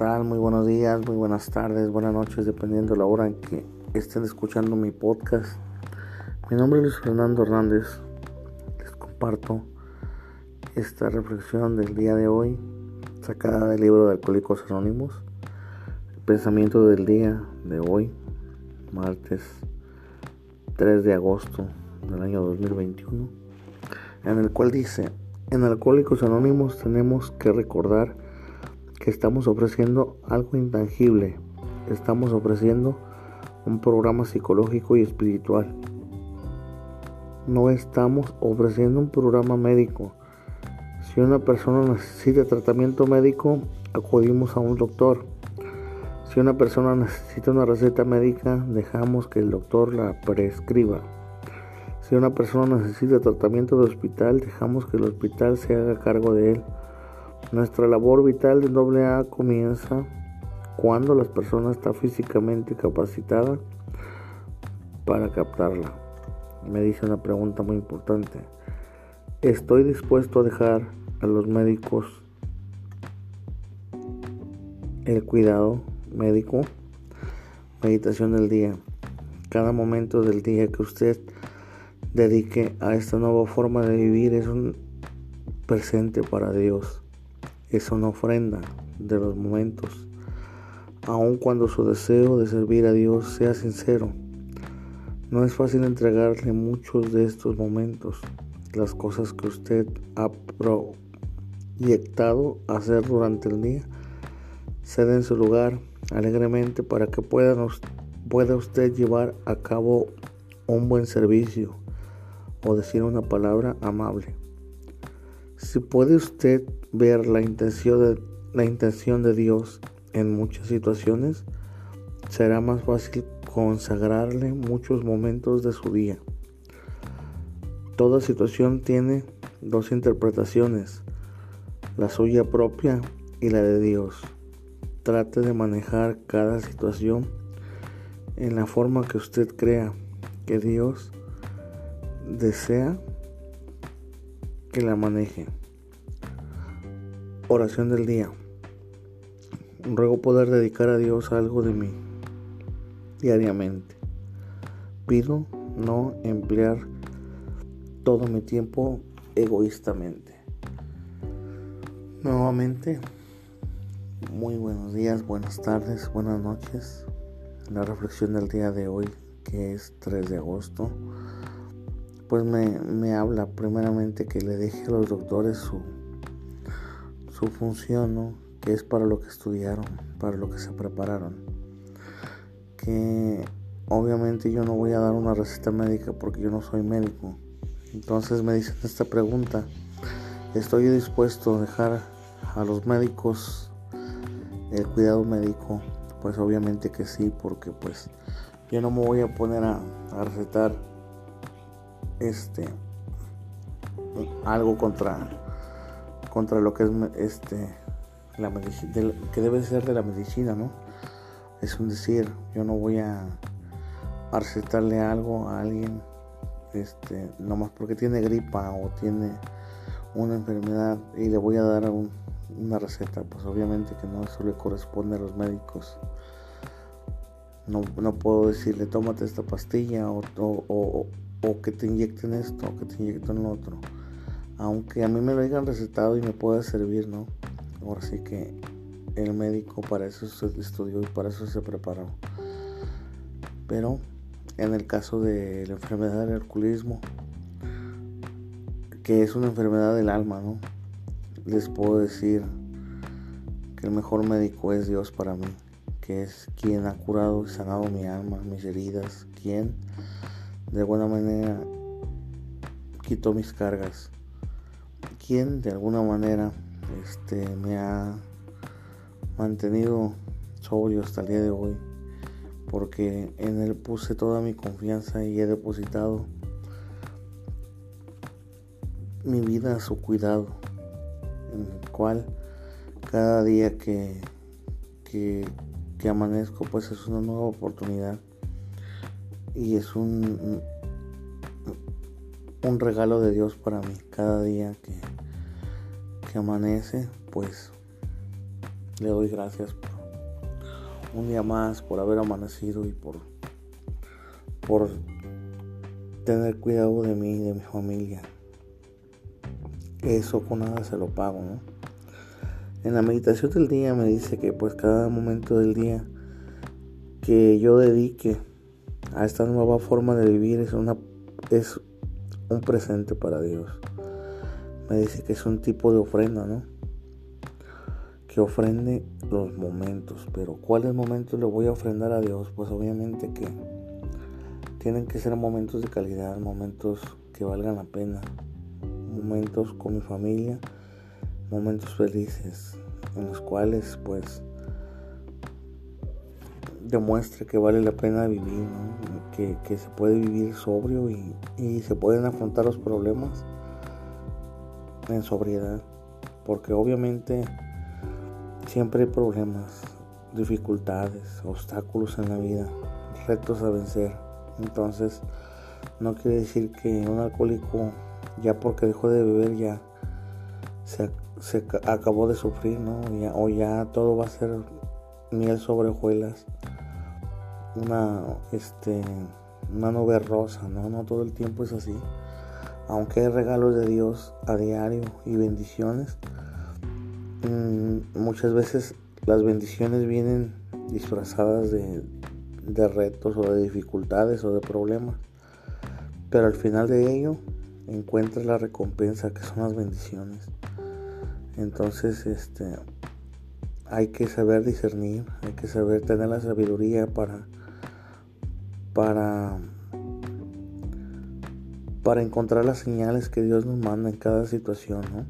tal? Muy buenos días, muy buenas tardes, buenas noches, dependiendo de la hora en que estén escuchando mi podcast. Mi nombre es Luis Fernando Hernández. Les comparto esta reflexión del día de hoy, sacada del libro de Alcohólicos Anónimos. El pensamiento del día de hoy, martes 3 de agosto del año 2021, en el cual dice: en Alcohólicos Anónimos tenemos que recordar que estamos ofreciendo algo intangible. Estamos ofreciendo un programa psicológico y espiritual. No estamos ofreciendo un programa médico. Si una persona necesita tratamiento médico, acudimos a un doctor. Si una persona necesita una receta médica, dejamos que el doctor la prescriba. Si una persona necesita tratamiento de hospital, dejamos que el hospital se haga cargo de él. Nuestra labor vital de AA comienza cuando la persona está físicamente capacitada para captarla. Me dice una pregunta muy importante: ¿estoy dispuesto a dejar a los médicos el cuidado médico? Meditación del día. Cada momento del día que usted dedique a esta nueva forma de vivir es un presente para Dios. Es una ofrenda de los momentos, aun cuando su deseo de servir a Dios sea sincero. No es fácil entregarle muchos de estos momentos. Las cosas que usted ha proyectado hacer durante el día, ceden su lugar alegremente para que pueda usted llevar a cabo un buen servicio o decir una palabra amable. Si puede usted ver la intención de Dios en muchas situaciones, será más fácil consagrarle muchos momentos de su día. Toda situación tiene dos interpretaciones, la suya propia y la de Dios. Trate de manejar cada situación en la forma que usted crea que Dios desea que la maneje. Oración del día. Ruego poder dedicar a Dios algo de mí diariamente. Pido no emplear todo mi tiempo egoístamente. Nuevamente, muy buenos días, buenas tardes, buenas noches. La reflexión del día de hoy, que es 3 de agosto, pues me habla primeramente que le deje a los doctores su función, ¿no? Que es para lo que estudiaron, para lo que se prepararon. Que obviamente yo no voy a dar una receta médica porque yo no soy médico. Entonces me dicen esta pregunta: ¿estoy dispuesto a dejar a los médicos el cuidado médico? Pues obviamente que sí, porque pues yo no me voy a poner a recetar algo contra lo que es la medicina, que debe ser de la medicina, ¿no? Es un decir, yo no voy a recetarle algo a alguien nomás porque tiene gripa o tiene una enfermedad y le voy a dar una receta. Pues obviamente que no, eso le corresponde a los médicos. No puedo decirle tómate esta pastilla o que te inyecten esto o que te inyecten lo otro, aunque a mí me lo hayan recetado y me pueda servir, ¿no? Ahora sí que el médico para eso se estudió y para eso se preparó. Pero en el caso de la enfermedad del alcoholismo, que es una enfermedad del alma, ¿no? Les puedo decir que el mejor médico es Dios para mí, que es quien ha curado y sanado mi alma, mis heridas, quien de alguna manera quitó mis cargas, quien de alguna manera me ha mantenido sobrio hasta el día de hoy, porque en él puse toda mi confianza y he depositado mi vida a su cuidado, en el cual cada día que amanezco pues es una nueva oportunidad y es un regalo de Dios para mí. Cada día que amanece, pues le doy gracias un día más, por haber amanecido y por tener cuidado de mí y de mi familia. Eso con nada se lo pago, ¿no? En la meditación del día me dice que pues cada momento del día que yo dedique a esta nueva forma de vivir es un presente para Dios. Me dice que es un tipo de ofrenda, ¿no? Que ofrende los momentos. Pero ¿cuáles momentos le voy a ofrendar a Dios? Pues obviamente que tienen que ser momentos de calidad, momentos que valgan la pena, momentos con mi familia, momentos felices, en los cuales pues demuestre que vale la pena vivir, ¿no? Que se puede vivir sobrio y se pueden afrontar los problemas en sobriedad, porque obviamente siempre hay problemas, dificultades, obstáculos en la vida, retos a vencer. Entonces no quiere decir que un alcohólico ya porque dejó de beber ya se acabó de sufrir, ¿no? O ya todo va a ser miel sobre hojuelas, una nube rosa, no todo el tiempo es así. Aunque hay regalos de Dios a diario y bendiciones, muchas veces las bendiciones vienen disfrazadas de retos o de dificultades o de problemas, pero al final de ello encuentras la recompensa que son las bendiciones. Entonces hay que saber discernir, hay que saber tener la sabiduría para encontrar las señales que Dios nos manda en cada situación, ¿no?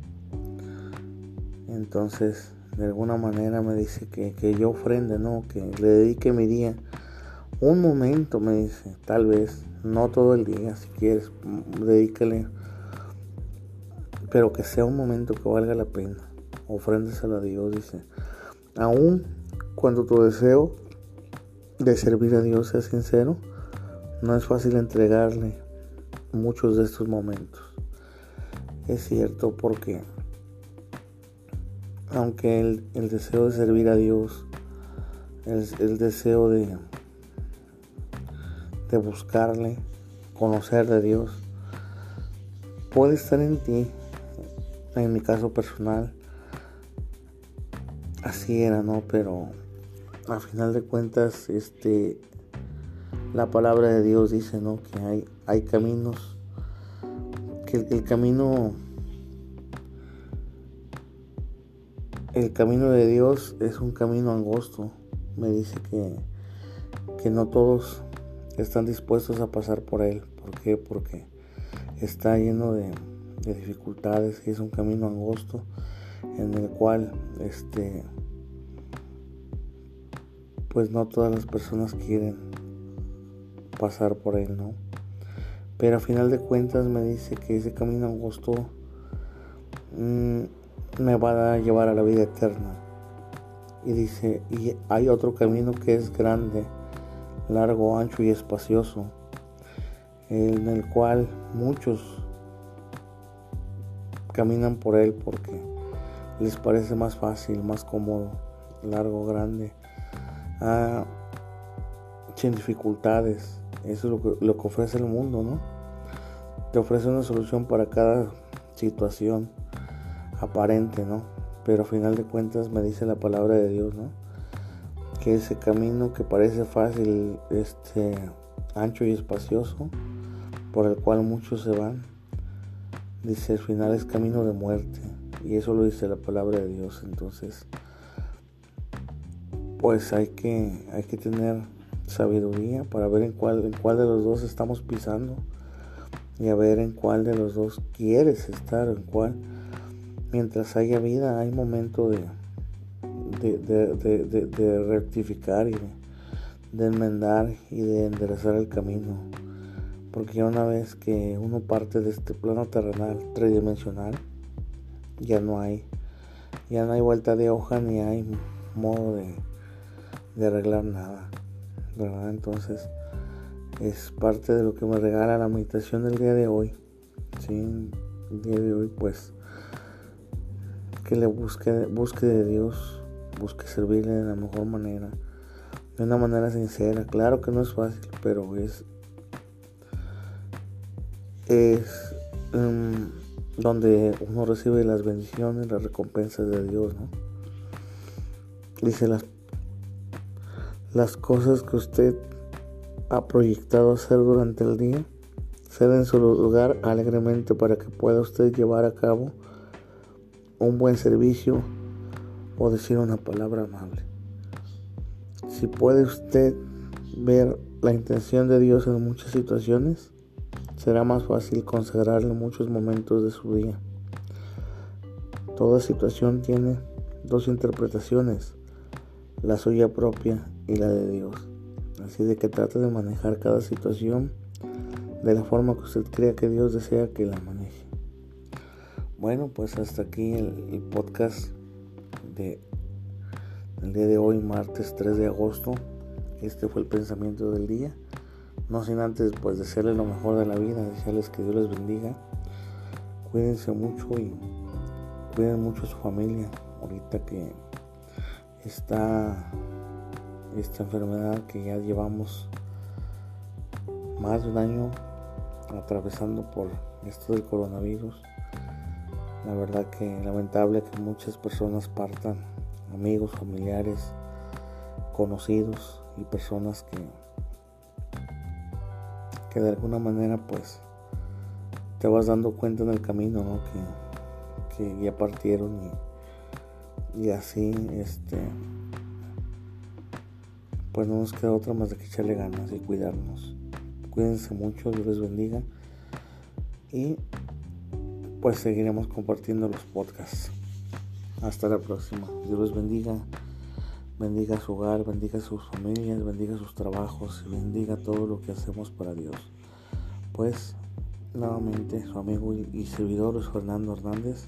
Entonces de alguna manera me dice que yo ofrende, ¿no? Que le dedique mi día, un momento, me dice, tal vez, no todo el día, si quieres, dedícale, pero que sea un momento que valga la pena. Ofréndeselo a Dios, dice. Aún cuando tu deseo de servir a Dios sea sincero, no es fácil entregarle muchos de estos momentos. Es cierto, porque aunque el deseo de servir a Dios, el deseo de buscarle, conocer de Dios, puede estar en ti. En mi caso personal así era, ¿no? Pero a final de cuentas la palabra de Dios dice, ¿no? Que hay caminos, que el camino de Dios es un camino angosto. Me dice que no todos están dispuestos a pasar por él. ¿Por qué? Porque está lleno de dificultades y es un camino angosto en el cual pues no todas las personas quieren pasar por él, ¿no? Pero a final de cuentas me dice que ese camino angosto me va a llevar a la vida eterna. Y dice, y hay otro camino que es grande, largo, ancho y espacioso, en el cual muchos caminan por él porque les parece más fácil, más cómodo, largo, grande, sin dificultades. Eso es lo que ofrece el mundo, ¿no? Te ofrece una solución para cada situación aparente, ¿no? Pero a final de cuentas me dice la palabra de Dios, ¿no? Que ese camino que parece fácil, ancho y espacioso, por el cual muchos se van, dice, al final es camino de muerte. Y eso lo dice la palabra de Dios. Entonces pues hay que tener sabiduría para ver en cuál de los dos estamos pisando, y a ver en cuál de los dos quieres estar, en cuál. Mientras haya vida hay momento de rectificar y de enmendar y de enderezar el camino, porque una vez que uno parte de este plano terrenal tridimensional, ya no hay vuelta de hoja, ni hay modo de arreglar nada, ¿verdad? Entonces es parte de lo que me regala la meditación del día de hoy, ¿sí? El día de hoy pues que le busque de Dios, busque servirle de la mejor manera, de una manera sincera. Claro que no es fácil, pero es donde uno recibe las bendiciones, las recompensas de Dios, ¿no? Dice las cosas que usted ha proyectado hacer durante el día, ceda en su lugar alegremente para que pueda usted llevar a cabo un buen servicio o decir una palabra amable. Si puede usted ver la intención de Dios en muchas situaciones, será más fácil consagrarle muchos momentos de su día. Toda situación tiene dos interpretaciones, la suya propia y la de Dios. Así de que trate de manejar cada situación de la forma que usted crea que Dios desea que la maneje. Bueno, pues hasta aquí el podcast del día de hoy, martes 3 de agosto. Este fue el pensamiento del día. No sin antes pues desearles lo mejor de la vida, desearles que Dios les bendiga. Cuídense mucho y cuiden mucho a su familia. Ahorita que está esta enfermedad que ya llevamos más de un año atravesando por esto del coronavirus. La verdad que lamentable que muchas personas partan, amigos, familiares, conocidos y personas que de alguna manera pues te vas dando cuenta en el camino, ¿no? que ya partieron y así pues no nos queda otra más de que echarle ganas y cuidarnos. Cuídense mucho, Dios les bendiga y pues seguiremos compartiendo los podcasts. Hasta la próxima. Dios les bendiga. Bendiga su hogar, bendiga sus familias, bendiga sus trabajos y bendiga todo lo que hacemos para Dios. Pues nuevamente su amigo y servidor Luis Fernando Hernández,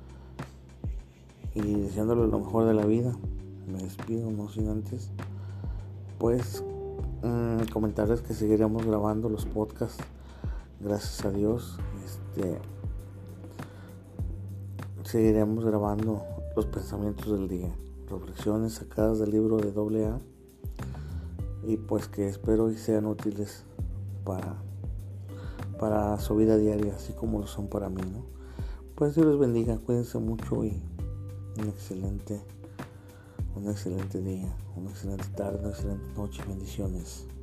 y deseándole lo mejor de la vida, me despido no sin antes pues comentarles que seguiremos grabando los podcasts. Gracias a Dios seguiremos grabando los pensamientos del día, reflexiones sacadas del libro de AA, y pues que espero y sean útiles para su vida diaria, así como lo son para mí, ¿no? Pues Dios les bendiga, cuídense mucho y un excelente día, una excelente tarde, una excelente noche, bendiciones.